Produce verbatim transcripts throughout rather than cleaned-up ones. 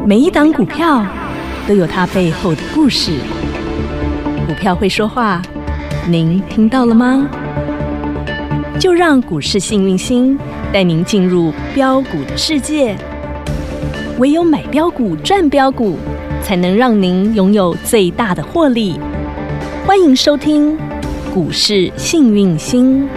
每一档股票都有它背后的故事。股票会说话，您听到了吗？就让股市幸运星带您进入标股的世界。唯有买标股赚标股，才能让您拥有最大的获利。欢迎收听股市幸运星。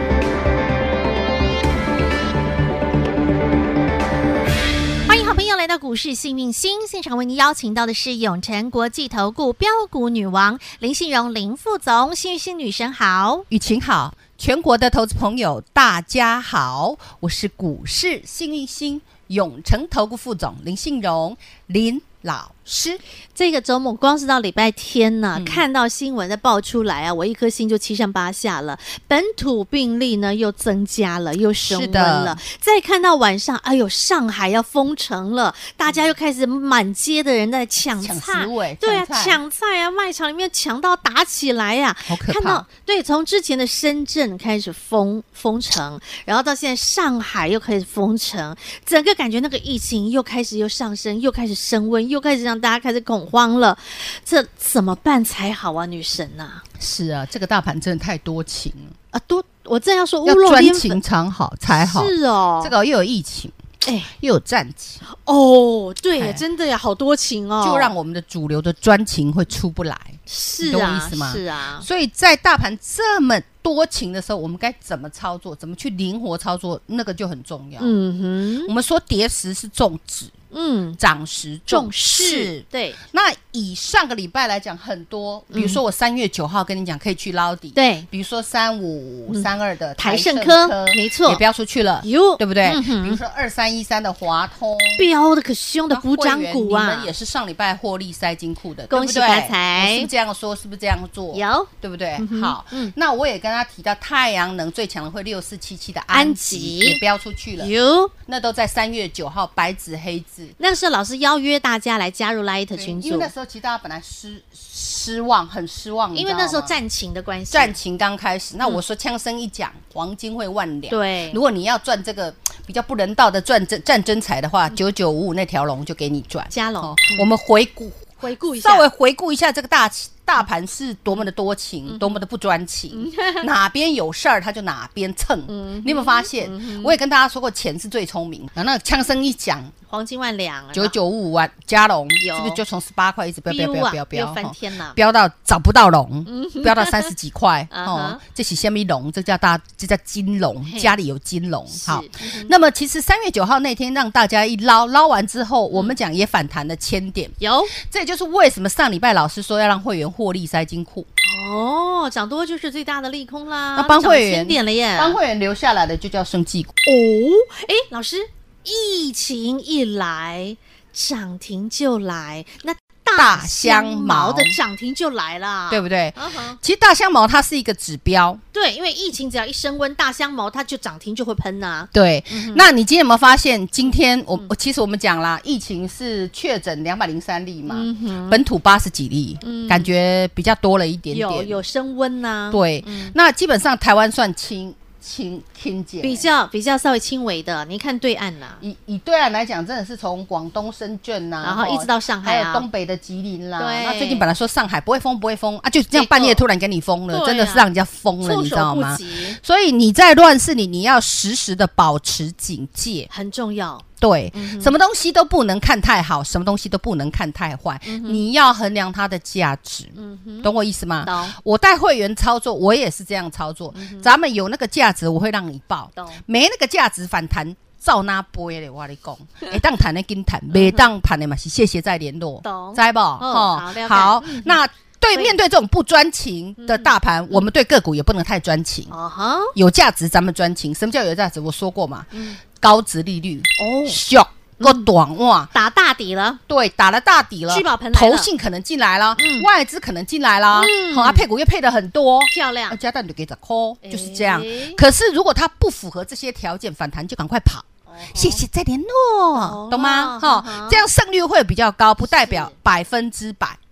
来到股市幸运星现场，为您邀请到的是永诚国际投顾标股女王林信荣林副总。幸运星女神好， 雨晴好，全国的投资朋友大家好，我是股市幸运星永诚投顾副总林信荣林老师。 这个周末光是到礼拜天呢、嗯，看到新闻在爆出来啊，我一颗心就七上八下了。本土病例呢又增加了，又升温了。再看到晚上，哎呦，上海要封城了，大家又开始满街的人在抢菜，对啊，抢菜啊，卖场里面抢到打起来呀、啊， 好可怕。 看到对，从之前的深圳开始封封城，然后到现在上海又开始封城，整个感觉那个疫情又开始又上升，又开始升温，又开始让大家开始恐慌了，这怎么办才好啊，女神啊！ 是啊，这个大盘真的太多情了啊！多，我正要说要专情常好才好。 是哦， 这个又有疫情，哎，又有战情。 哦，对呀，真的呀，好多情哦， 就让我们的主流的专情会出不来。 是啊， 懂我意思吗？ 是啊， 所以在大盘这么多情的时候，我们该怎么操作？怎么去灵活操作？那个就很重要。嗯哼，我们说跌时是重指。嗯，涨时重视。 对， 那以上个礼拜来讲，很多，比如说我三月九号跟你讲可以去捞底， 对， 比如说三五三二的台盛科，没错， 也标出去了， 有， 对不对？嗯、比如说二三一三的华通， 标的可凶的补涨股啊， 你们也是上礼拜获利塞金库的， 恭喜发财， 是不是这样说？是不是这样做？ 有， 对不对？嗯、好、嗯，那我也跟他提到太阳能最强的会六四七七的安吉也标出去了， 有， 那都在三月九号白纸黑字， 那时候老师邀约大家来加入 Light 群组， 因为那时候其实大家本来失失望，很失望， 因为那时候战情的关系， 战情刚开始。那我说枪声一讲，黄金会万两。 对， 如果你要赚这个比较不人道的赚战争财的话，九九五五那条龙就给你赚。 加龙、哦嗯，我们回顾回顾一下， 稍微回顾一下这个大大盘是多么的多情，嗯、多么的不专情，嗯、哪边有事儿他就哪边蹭。嗯、你有没有发现？嗯、我也跟大家说过，钱是最聪明的。那个枪声一讲。 黄金万两， 九九五五万加龙，是不是就从十八块一直飙飙飙飙飙， 翻天了， 飙到找不到龙，飙到三十几块哦，这是什么龙？这叫大，这叫金龙，家里有金龙。好，那么其实三月九号那天让大家一捞捞完之后，我们讲也反弹了千点， 有， 这也就是为什么上礼拜老师说要让会员获利塞金库。 哦，涨多就是最大的利空啦， 那帮会员点了耶， 帮会员留下来的就叫生技股。 哦，哎，老师。疫情一来，涨停就来，那大香茅的涨停就来了， 对不对？ Uh-huh. 其实大香茅它是一个指标， 对，因为疫情只要一升温，大香茅它就涨停就会喷啊。 对，嗯、那你今天有没有发现？今天我、嗯、其实我们讲啦，疫情是确诊两百零三例嘛、嗯，本土八十几例、嗯，感觉比较多了一点点， 有有升温呐、啊。 对、嗯，那基本上台湾算轻。轻轻减， 比较比较稍微轻微的，你看对岸呐、啊， 以以对岸来讲，真的是从广东深圳呐、啊， 然后一直到上海、啊， 还有东北的吉林啦。 对， 那最近本来说上海不会封，不会封啊，就这样半夜突然给你封了，真的是让人家疯了，你知道吗？所以你在乱世里，你要时时的保持警戒， 很重要。 对、嗯，什么东西都不能看太好，什么东西都不能看太坏、嗯，你要衡量它的价值、嗯，懂我意思吗？ 懂。 我带会员操作，我也是这样操作。嗯、咱们有那个价值，我会让你报；没那个价值，反弹照那杯咧。我跟你讲，哎，当谈的跟谈，没当谈的嘛是谢谢再联络， 懂？ 知不？ 哦， 好，嗯、那。对，面对这种不专情的大盘、嗯，我们对个股也不能太专情。Uh-huh. 有价值咱们专情。什么叫有价值？我说过嘛，嗯、高殖利率哦，小够短哇， 打大底了。 对，打了大底了， 聚宝盆来了， 投信可能进来了，嗯、外资可能进来了，嗯，好啊，配股又配的很多， 漂亮， 加蛋就给它扣，就是这样。可是如果它不符合这些条件，反弹就赶快跑。谢谢再联络，懂吗？哈，这样胜率会比较高，不代表百分之百。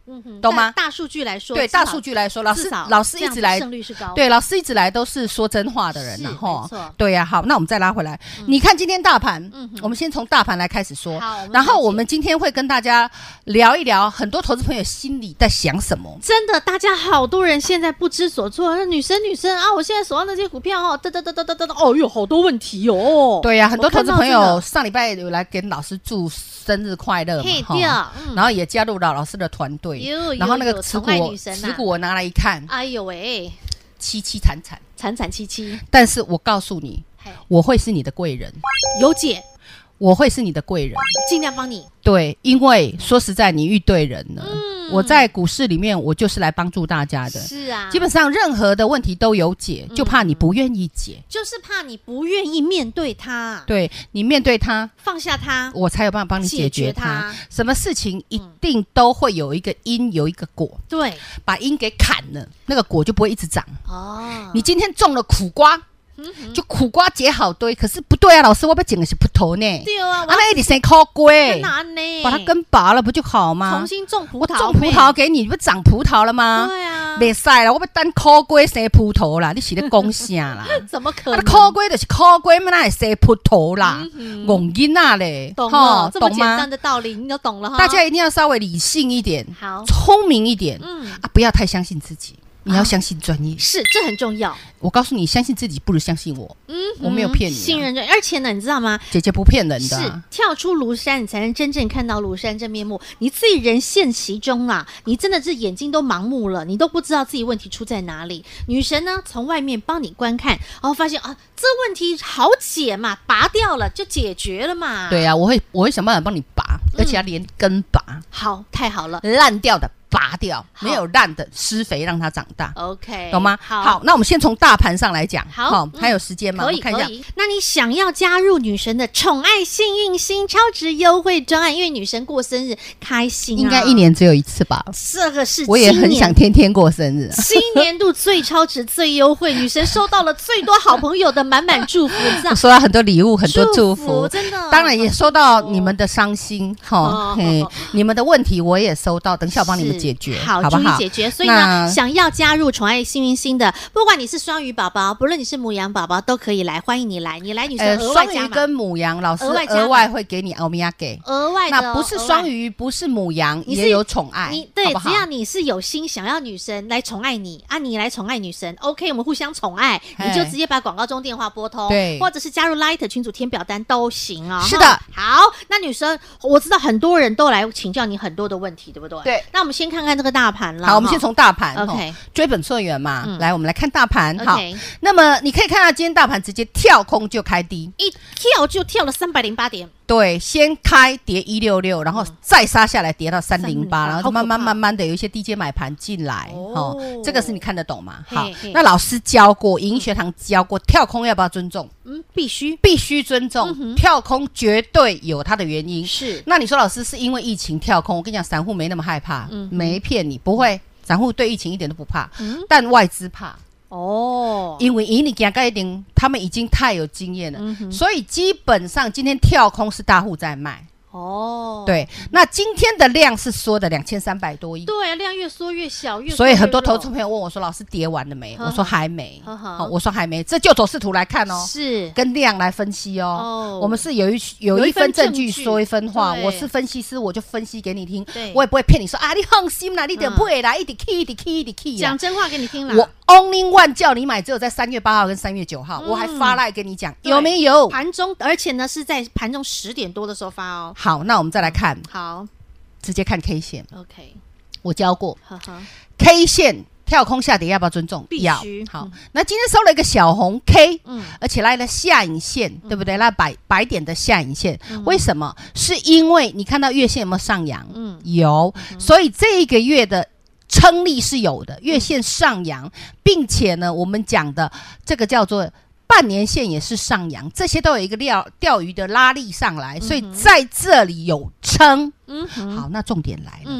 嗯哼， 懂吗？ 大数据来说， 对，大数据来说，老师老师一直来胜率是高， 对，老师一直来都是说真话的人，然后对呀、啊，好，那我们再拉回来，嗯、你看今天大盘，嗯、我们先从大盘来开始说，然后我们今天会跟大家聊一聊很多投资朋友心里在想什么。 真的，大家好多人现在不知所措，女生女生啊，我现在手上那些股票哦，哒哒哒哒哒哒，哦哟，好多问题哦。 对呀、啊，很多投资朋友上礼拜有来给老师祝生日快乐嘛，哈、嗯，然后也加入了老师的团队，然后那个持股持股我拿来一看， 哎呦喂， 凄凄惨惨， 惨惨戚戚。但是我告诉你，我会是你的贵人， 有姐。 我会是你的贵人， 尽量帮你。 对，因为说实在，你遇对人了。嗯，我在股市里面，我就是来帮助大家的。 是啊， 基本上任何的问题都有解，就怕你不愿意解， 嗯、就是怕你不愿意面对它。 对，你面对它， 放下它， 我才有办法帮你解决它。什么事情一定都会有一个因，有一个果。 对， 把因给砍了，那个果就不会一直长。 哦， 你今天种了苦瓜。就苦瓜结好堆，可是不对啊，老师，我要剪的是葡萄呢。 对啊， 啊那一定先靠龟， 呢？ 把它根拔了不就好吗？ 重新种葡萄， 我种葡萄给你，你不长葡萄了吗？ 对啊， 别晒了，我要单靠龟生葡萄啦，你是在讲啥啦？ 怎么可能？ 靠龟就是靠龟，哪会生葡萄啦？戆囡仔嘞， 懂了，这么简单的道理你都懂了哈。 大家一定要稍微理性一点， 好， 聪明一点， 嗯啊，不要太相信自己。你要相信专业、啊， 是这很重要。 我告诉你，相信自己不如相信我。嗯，我没有骗你、啊， 信任人。而且呢，你知道吗？ 姐姐不骗人的、啊。 是跳出庐山，你才能真正看到庐山真面目。你自己人陷其中啊，你真的是眼睛都盲目了，你都不知道自己问题出在哪里。女神呢，从外面帮你观看，然后发现啊，这问题好解嘛，拔掉了就解决了嘛。 对啊，我会我会想办法帮你拔，而且要连根拔。 嗯、好，太好了， 烂掉的。拔掉，没有烂的施肥让它长大 ，OK， 懂吗？ 好， 好，那我们先从大盘上来讲， 好， 嗯、还有时间吗？ 可以， 我看一下。 那你想要加入女神的宠爱幸运星超值优惠专案，因为女神过生日开心、啊， 应该一年只有一次吧？ 这个是我也很想天天过生日、啊。 新年度最超值、最优惠，女神收到了最多好朋友的满满祝福，这样收到很多礼物、很多祝福， 祝福真的。 当然也收到你们的伤心，哈、哦，嘿，你们的问题我也收到，等一下我帮你们解决， 好， 好不好？ 注意解决。所以呢，想要加入宠爱幸运星的，不管你是双鱼宝宝，不论你是母羊宝宝，都可以来，欢迎你来。你来，女生额外加码。 双鱼跟母羊，老师额外会给你欧米亚给额外的、哦。 那不是双鱼，不是母羊，也有宠爱。 你对好好， 只要你是有心想要女神来宠爱你啊，你来宠爱女神 ，OK， 我们互相宠爱，你就直接把广告中电话拨通， 对， 或者是加入 Light 群组填表单都行哦。 是的， 好，那女生，我知道很多人都来请教你很多的问题，对不对？ 对。 那我们先看看这个大盘啦。 好，我们先从大盘 ，OK， 追本溯源嘛、嗯。来，我们来看大盘。 好， okay. 那么你可以看到今天大盘直接跳空就开低， 一跳就跳了三百零八点。 对，先开跌一六六，然后再杀下来跌到三零八，然后就慢慢慢慢的有一些低阶买盘进来，哦，哦这个是你看得懂吗？好，嘿嘿那老师教过，盈学堂教过，跳空要不要尊重？ 嗯，必须必须尊重、嗯，跳空绝对有它的原因。 是， 那你说老师是因为疫情跳空？我跟你讲，散户没那么害怕，嗯、没骗你，不会，散户对疫情一点都不怕，嗯、但外资怕。哦，因为以你讲一定，他们已经太有经验了、嗯，所以基本上今天跳空是大户在卖。哦，对，那今天的量是缩的两千三百多亿， 对啊，量越缩越小，越缩越所以很多投资朋友问我说：“老师跌完了没？”我说还没，好，我说还没，这就走势图来看哦， 是跟量来分析哦。哦我们是有一有一分证据说一分话，我是分析师，我就分析给你听，我也不会骗你说啊，你放心啦，你得不会啦，一直 key 一直 key 一直 key， 讲真话给你听啦。 我 only one 叫你买，只有在三月八号跟三月九号，我还发赖跟你讲有没有盘中，而且呢是在盘中十点多的时候发哦。 好，那我们再来看。 好， 直接看 K 线。 OK， 我教过呵呵 ，K 线跳空下跌要不要尊重？ 必须。 好、嗯，那今天收了一个小红 K， 嗯，而且来了下影线，嗯、对不对？那白白点的下影线、嗯，为什么？是因为你看到月线有没有上扬？嗯，有，嗯、所以这个月的撑力是有的，月线上扬，并且呢，我们讲的这个叫做。半年线也是上扬，这些都有一个钓钓鱼的拉力上来，所以在这里有撑。嗯，好，那重点来了，嗯，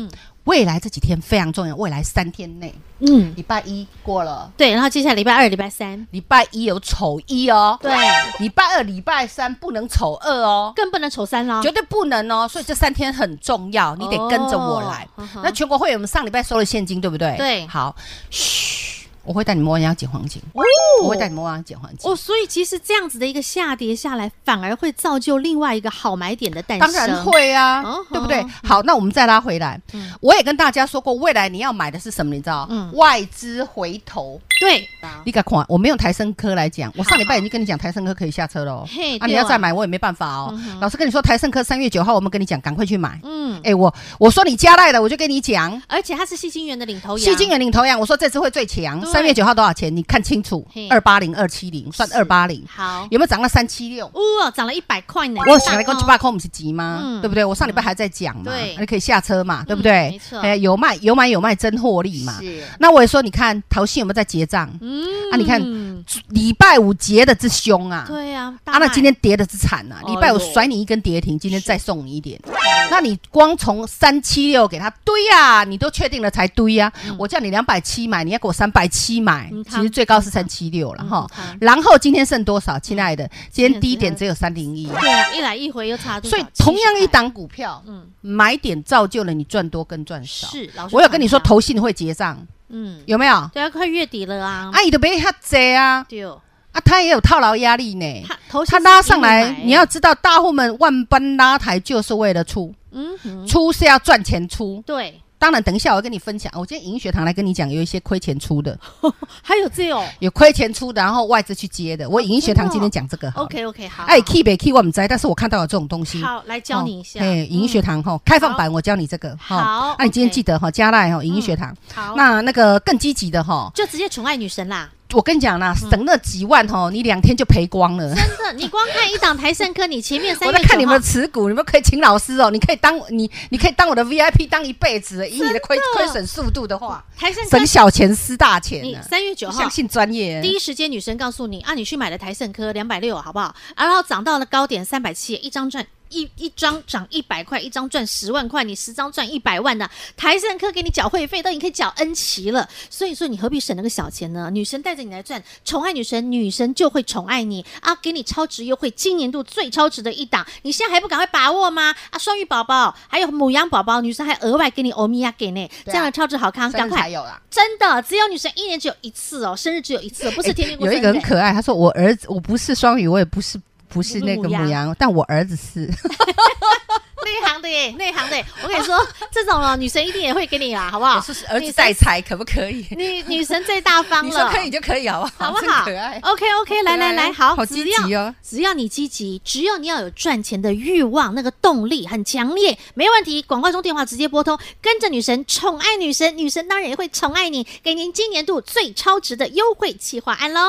未来这几天非常重要，未来三天内， 嗯， 礼拜一过了， 对，然后接下来礼拜二、礼拜三， 礼拜一有丑一哦， 对， 礼拜二、礼拜三不能丑二哦， 更不能丑三了， 绝对不能哦。所以这三天很重要，你得跟着我来。 哦、 那全国会员我们上礼拜收了现金，对不对？ 对， 好，嘘。我会带你们弯腰捡黄金，哦，我会带你们弯腰捡黄金。 哦，所以其实这样子的一个下跌下来，反而会造就另外一个好买点的诞生。 当然会啊，哦、对不对？好，那我们再拉回来。嗯、我也跟大家说过，未来你要买的是什么？你知道？嗯、外资回头。 对， 你敢看？我没用台生科来讲，我上礼拜已经跟你讲台生科可以下车了哦。啊，你要再买，我也没办法哦。嗯、老师跟你说，台生科三月九号，我们跟你讲，赶快去买。嗯，哎，我我说你加赖的，我就跟你讲。 而且它是矽晶圆的领头羊， 矽晶圆领头羊，我说这次会最强。三月九号多少钱？你看清楚，二八零、二七零，算二八零。 好， 有没有涨到三七六？ 哦，涨了一百块呢。 我想来跟七八块，我们是急吗？嗯、对不对？我上礼拜还在讲嘛， 对， 你可以下车嘛，对不对？ 没错， 哎，有卖有买有卖真获利嘛。 是。 那我也说，你看投信有没有在结账？嗯，啊，你看礼拜五结的之凶啊， 对啊， 啊，那今天跌的之惨啊，礼拜五甩你一根跌停，今天再送你一点。那你光从三七六给他堆啊，你都确定了才堆啊。我叫你两百七买，你要给我三百七买，其实最高是三七六了哈。然后今天剩多少，亲爱的？今天低点只有三零一。 对啊，一来一回又差多少？ 所以同样一档股票，嗯，买点造就了你赚多跟赚少。 是， 我有跟你说，投信会结账，嗯，有没有？ 对啊，快月底了啊。 啊，你都别遐济啊。 对。 啊，他也有套牢压力呢。他拉上来，你要知道，大户们万般拉抬就是为了出，嗯，出是要赚钱出。 对。 当然，等一下我会跟你分享。我今天影音学堂来跟你讲，有一些亏钱出的， 还有这种有亏钱出的，然后外资去接的。我影音学堂今天讲这个 ，OK OK 好。 哎 ，key 没 key 我不知道，但是我看到有这种东西。 好，来教你一下。 哎，影音学堂哈，开放版我教你这个。 好， 那你今天记得哈，加赖哈，影音学堂。好，那那个更积极的哈， 就直接宠爱女神啦。 我跟你讲啦，省那几万吼，你两天就赔光了。 真的，你光看一档台盛科，你前面三月我在看你们的持股，你们可以请老师哦，你可以当你你可以当我的 V I P 当一辈子，以你的亏亏损速度的话， 台盛科省小钱失大钱。 你三月九号相信专业， 第一时间女神告诉你啊，你去买了台盛科两百六，好不好？然后涨到了高点三百七，一张赚。一一张涨一百块，一张赚十万块，你十张赚一百万的台盛科给你缴会费，都已经可以缴 N 期了。所以说你何必省那个小钱呢？女神带着你来赚，宠爱女神，女神就会宠爱你啊！给你超值优惠，今年度最超值的一档，你现在还不赶快把握吗？啊，双育宝宝还有母羊宝宝，女神还额外给你欧米亚给呢，这样的超值好康，赶快！真的，只有女神一年只有一次哦，生日只有一次，不是天天过生日。 有一个很可爱，他说我儿子我不是双鱼，我也不是。不是那个母羊，但我儿子是内行的耶，内行的耶。我跟你说，这种哦，女神一定也会给你啦，好不好？ 是儿子带财，可不可以？ 女女神最大方了， 你说可以就可以，好不好？ 好不好？ 可爱。 OK OK， 来来来，好， 好积极哦。 只要你积极，只要你要有赚钱的欲望，那个动力很强烈，没问题。广告中电话直接拨通，跟着女神宠爱女神，女神当然也会宠爱你，给您今年度最超值的优惠企划案喽。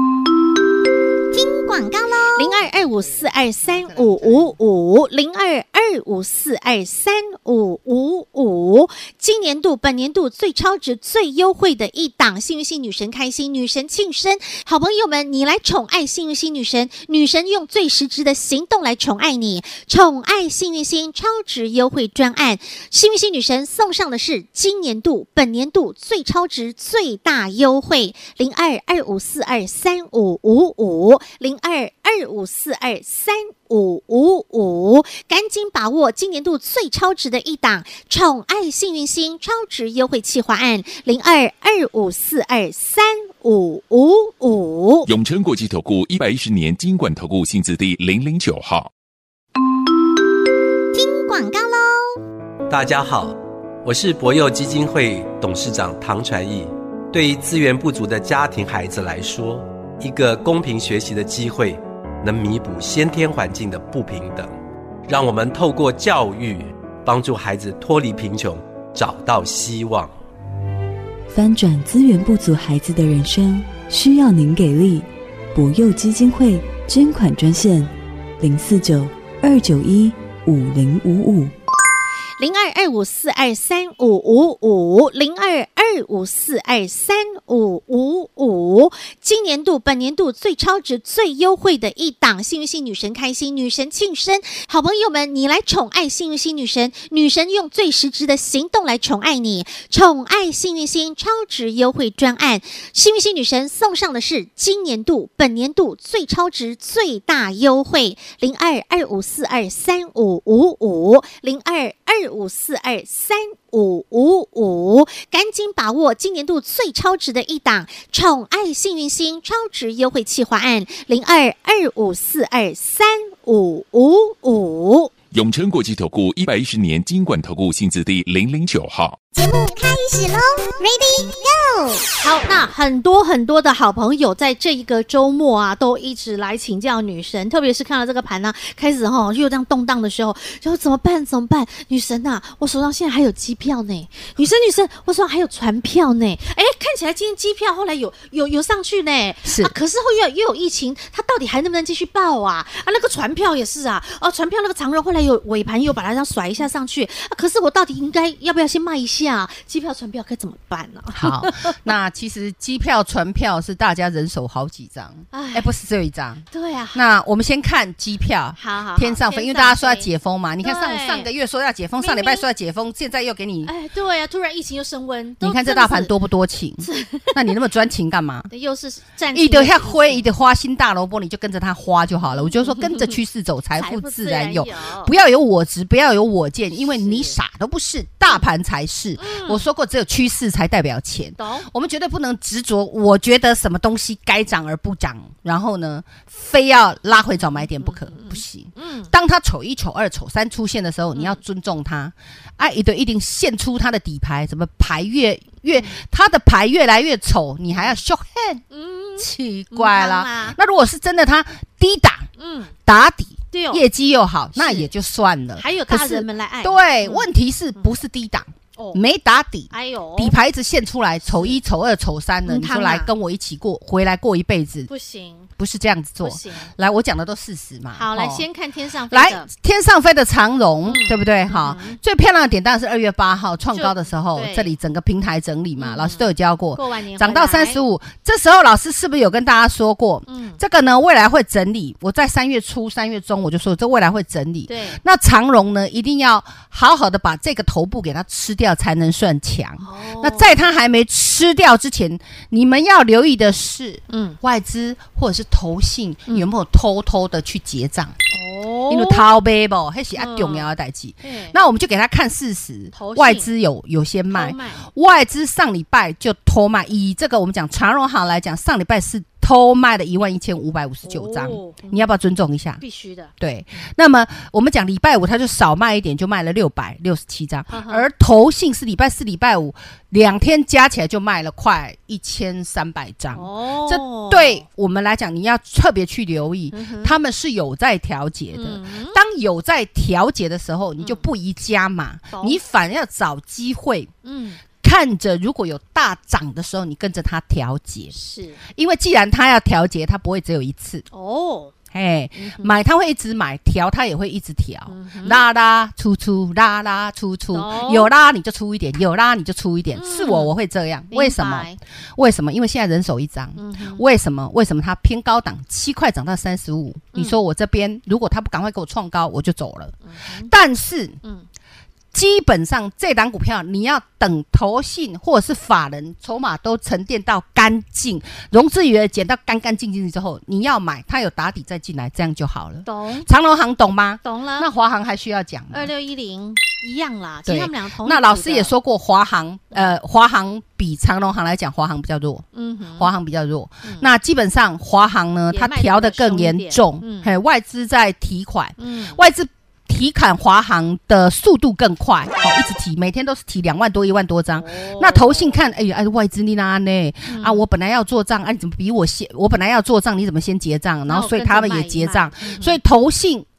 听广告喽，零二二五四二三五五五，零二二五四二三五五五。今年度、本年度最超值、最优惠的一档，幸运星女神开心，女神庆生，好朋友们，你来宠爱幸运星女神，女神用最实质的行动来宠爱你，宠爱幸运星超值优惠专案，幸运星女神送上的是今年度、本年度最超值、最大优惠，零二二五四二三五五五。零二二五四二三五五五，赶紧把握今年度最超值的一档宠爱幸运星超值优惠企划案，零二二五四二三五五五。 永诚国际投顾一百一十年金管投顾新字第零零九号。 听广告喽！ 大家好，我是博幼基金会董事长唐传义。对于资源不足的家庭孩子来说，一个公平学习的机会，能弥补先天环境的不平等。让我们透过教育，帮助孩子脱离贫穷，找到希望。 翻转资源不足孩子的人生，需要您给力。博幼基金会捐款专线：零四九二九一五零五五。 零二二五四二三五五五，零二二二五四二三五五五。今年度本年度最超值最优惠的一档，幸运星女神开心，女神庆生，好朋友们，你来宠爱幸运星女神，女神用最实质的行动来宠爱你，宠爱幸运星超值优惠专案，幸运星女神送上的是今年度本年度最超值最大优惠，零二二五四二三五五五，零二二五四二三五五五，赶紧把握今年度最超值的一档宠爱幸运星超值优惠企划案，零二二五四二三五五五。 永诚国际投顾一百一十年金管投顾新字第零零九号。 节目开始喽 ，Ready Go！ 好，那很多很多的好朋友在这一个周末啊，都一直来请教女神，特别是看到这个盘呢、啊，开始哈、哦、又这样动荡的时候，就怎么办？怎么办？女神呐、啊，我手上现在还有机票呢，女神女神，我手上还有船票呢。哎，看起来今天机票后来有有有上去呢， 是啊，可是后又又有疫情，它到底还能不能继续报啊？啊，那个船票也是啊，哦、啊，船票那个长荣后来有尾盘又把它这样甩一下上去，啊，可是我到底应该要不要先卖一下？机票、船票该怎么办呢、啊？ 好，那其实机票、船票是大家人手好几张，哎，不是只有一张。 对啊。 那我们先看机票， 好好， 天上飞，因为大家说要解封嘛。你看上上个月说要解封， 明明上礼拜说要解封，现在又给你， 哎，对啊，突然疫情又升温。 你看这大盘多不多情？那你那么专情干嘛？ 又是战一的要灰，一的花心大萝卜，你就跟着它花就好了。我就说跟着趋势走，财富自然有。不要有我执，不要有我见，因为你傻都不是，大盘才是。我说过，只有趋势才代表钱。我们绝对不能执着，我觉得什么东西该涨而不涨，然后呢，非要拉回早买点不可，不行。当它丑一、丑二、丑三出现的时候，你要尊重它。啊，一定一定现出它的底牌，什么牌越越，它的牌越来越丑，你还要 show hand， 嗯，奇怪啦。那如果是真的，它低档，嗯，打底。业绩又好，那也就算了。 还有大人们来爱。 对，问题是不是低档？没打底， 哎呦， 底牌一直现出来，丑一、丑二、丑三呢，你就来跟我一起过，回来过一辈子， 不行， 不是这样子做。 不行， 来，我讲的都事实嘛。 好，来先看天上飞的， 来天上飞的长荣，对不对？好，最漂亮的点当然是二月八号创高的时候，这里整个平台整理嘛，老师都有教过， 过完年涨到三十五，这时候老师是不是有跟大家说过？嗯，这个呢未来会整理。我在三月初、三月中我就说，这未来会整理。 对， 那长荣呢，一定要好好的把这个头部给它吃掉，才能算强。哦、那在它还没吃掉之前，你们要留意的是，嗯，外资或者是投信、嗯、有没有偷偷的去结账？哦，因为偷买不，那是很重要的事情。嗯、那我们就给他看事实，外资有有些卖，外资上礼拜就偷卖。以这个我们讲长荣行来讲，上礼拜是偷卖了一万一千五百五十九张，哦、你要不要尊重一下？ 必须的。 对，那么我们讲礼拜五，他就少卖一点，就卖了六百六十七张，而投信是礼拜四、礼拜五两天加起来就卖了快一千三百张。哦，这对我们来讲，你要特别去留意，嗯、他们是有在调节的。嗯、当有在调节的时候，你就不宜加码，嗯、你反而要找机会。嗯。看着如果有大涨的时候，你跟着它调节， 是因为既然它要调节，它不会只有一次哦。嘿，嗯、买它会一直买，调它也会一直调，嗯、拉拉出出，拉拉出出，哦、有拉你就出一点，有拉你就出一点。嗯、是我我会这样，为什么？为什么？因为现在人手一张。嗯、为什么？为什么它偏高档，七块涨到三十五？你说我这边如果它不赶快给我创高，我就走了。嗯、但是，嗯。基本上这档股票你要等投信或者是法人筹码都沉淀到干净，融资余额减到干干净净之后，你要买它有打底再进来，这样就好了。 懂？ 长荣行懂吗？ 懂了。 那华航还需要讲吗？ 二六一零一样啦，其实他们两个同。 那老师也说过，华航呃，华航比长荣行来讲，华航比较弱，嗯哼，华航比较弱。嗯、那基本上华航呢，它调得更严重，嗯、嘿，外资在提款，嗯，外资。提款华航的速度更快，哦，一直提，每天都是提两万多、一万多张。哦、那投信看，哎呀，哎，外资你哪呢？嗯、啊，我本来要做账，啊，你怎么比我先？我本来要做账，你怎么先结账？然后所以他们也结账，嗯、所以投信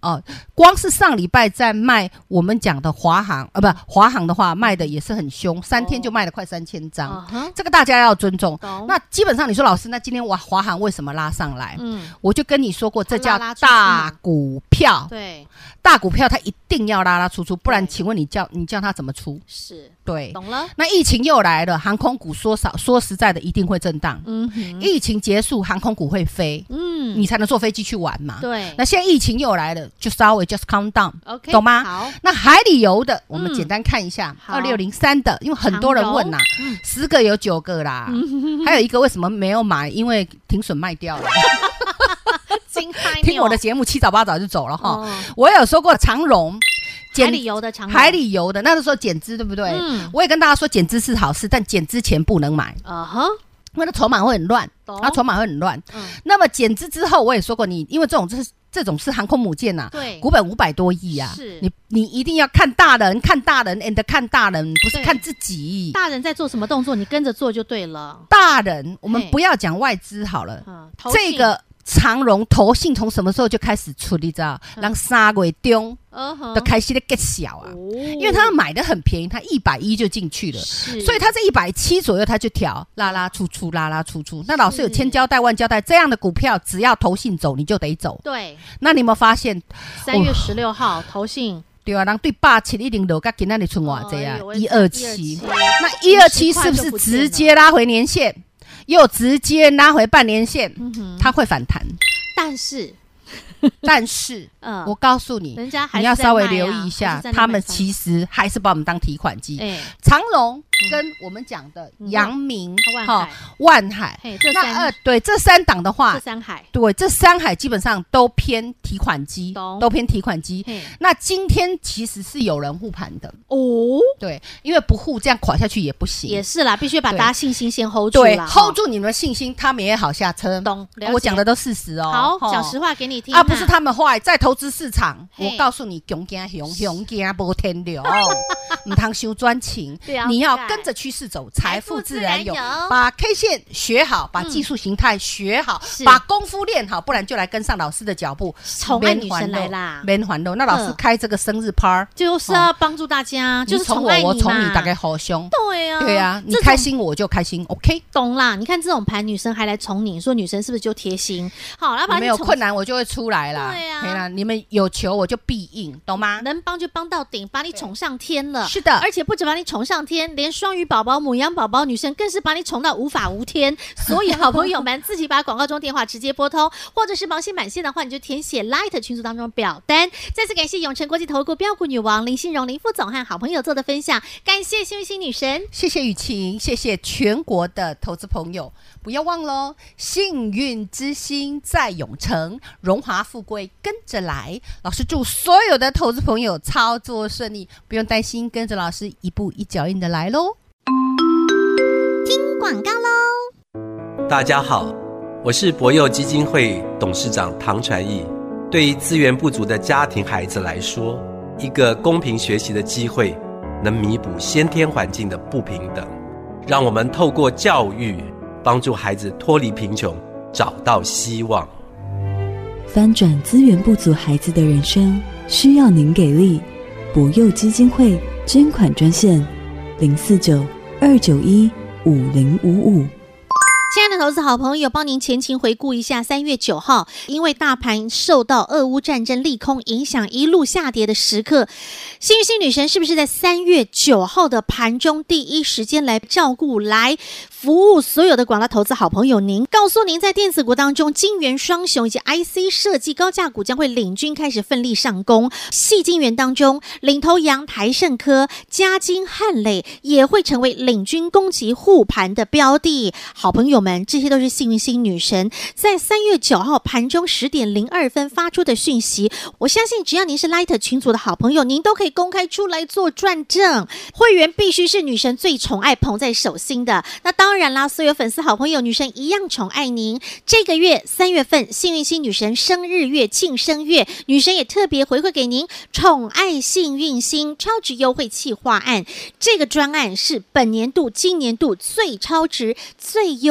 哦，光是上礼拜在卖我们讲的华航啊，不，华航的话卖的也是很凶，三天就卖了快三千张，哦、这个大家要尊重。那基本上你说老师，那今天我华航为什么拉上来？嗯，我就跟你说过，这叫大股票， 对， 大股票它一定要拉拉出出，不然请问你叫你叫它怎么出？ 是， 对， 懂了。 那疫情又来了，航空股说少说实在的一定会震荡。嗯哼，疫情结束，航空股会飞，嗯，你才能坐飞机去玩嘛。 对， 那现在疫情又来了，就稍微 just calm down，OK， 懂吗？ 好， 那海里游的，我们简单看一下二六零三的，因为很多人问呐、啊，十、嗯、个有九个啦，嗯、还有一个为什么没有买？因为停损卖掉了。听我的节目七早八早就走了哈。哦、我有说过长荣。 海里游的长荣， 海里游的那个时候减资对不对？嗯，我也跟大家说减资是好事，但减资前不能买。啊哈，因为那筹码会很乱，它筹码会很乱。嗯，那么减资之后，我也说过你，因为这种是这种是航空母舰呐、啊， 对， 股本五百多亿啊， 是你你一定要看大人，看大人 and 看大人，不是看自己。 大人在做什么动作，你跟着做就对了。 大人，我们不要讲外资好了，嗯、这个长荣投信从什么时候就开始出？你知道，让三月中。都开始在 get 小啊，哦、因为他买的很便宜，他一百一就进去了，所以他在一百七左右他就调，拉拉出出，拉拉出出。那老师有千交代万交代，这样的股票只要投信走，你就得走。 对， 那你有没有发现？ 三月十六号投信。 对啊，人对八七一定落，甲今仔日剩偌济啊？一二七，那一二七是不是直接拉回年线，又直接拉回半年线？嗯、它会反弹， 但是。 但是，嗯，我告诉你， 人家你要稍微留意一下，他们其实还是把我们当提款机。欸、长荣跟我们讲的阳明、 哈、 万海，那呃，对这三档的话， 这三海， 对这三海基本上都偏提款机，都偏提款机。那今天其实是有人护盘的哦，对，因为不护这样垮下去也不行， 也是啦，必须把大家信心先 hold 住啦 ，hold 住你们的信心，他们也好下车。懂，我讲的都事实哦。 好，讲实话给你听啊，不是他们坏，在投资市场，我告诉你，熊惊熊熊惊无天流，唔通伤专情，你要跟着趋势走，财富自然有。把 K 线学好，把技术形态学好，把功夫练好，不然就来跟上老师的脚步。 宠爱女神来啦， 免还漏。那老师开这个生日 part， 就是要帮助大家，就是宠爱你嘛， 我宠你，大概好凶。 对啊， 对啊，你开心我就开心 ，OK， 懂啦。你看这种盘，女生还来宠你，说女生是不是就贴心？好，然后没有困难我就会出来啦。 对啊， 你们有求我就必应，懂吗？ 能帮就帮到顶，把你宠上天了。 是的， 而且不止把你宠上天，连双鱼宝宝、母羊宝宝女生更是把你宠到无法无天。所以好朋友们自己把广告中电话直接拨通，或者是忙线满线的话，你就填写 Light 群组当中表单。再次感谢永诚国际投顾标股女王林信荣林副总和好朋友做的分享，感谢幸运星女神， 谢谢雨晴，谢谢全国的投资朋友，不要忘了幸运之星在永诚，荣华富贵跟着来。老师祝所有的投资朋友操作顺利，不用担心，跟着老师一步一脚印的来咯。 听广告咯。 大家好，我是博幼基金会董事长唐传义。对于资源不足的家庭孩子来说，一个公平学习的机会，能弥补先天环境的不平等。让我们透过教育，帮助孩子脱离贫穷，找到希望。 翻转资源不足孩子的人生，需要您给力。博幼基金会捐款专线：零四九二九一五零五五。 亲爱的投资好朋友，帮您前情回顾一下，三月九号，因为大盘受到俄乌战争利空影响，一路下跌的时刻，幸运星女神是不是在三月九号的盘中第一时间来照顾、来服务所有的广大投资好朋友？您告诉您，在电子股当中，晶圆双雄以及 I C 设计高价股将会领军开始奋力上攻，矽晶圆当中，领头羊台胜科、嘉晶、汉磊也会成为领军攻击护盘的标的。好朋友们，这些都是幸运星女神在三月九号盘中十点零二分发出的讯息。我相信只要您是 Light 群组的好朋友，您都可以公开出来做转正。会员必须是女神最宠爱捧在手心的，那当然啦，所有粉丝好朋友，女神一样宠爱您。这个月三月份幸运星女神生日月庆生月，女神也特别回馈给您宠爱幸运星超值优惠企划案。这个专案是本年度今年度最超值最优惠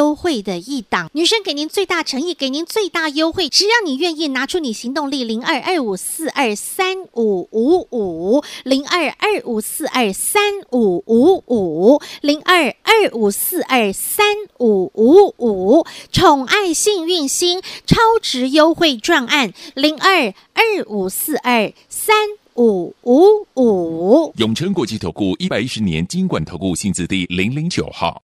的一档，女生给您最大诚意，给您最大优惠，只要你愿意拿出你行动力，零二二五四二三五五五，零二二五四二三五五五，零二二五四二三五五五，宠爱幸运星超值优惠专案，零二二五四二三五五五。 永诚国际投顾一百一十年金管投顾新字第零零九号。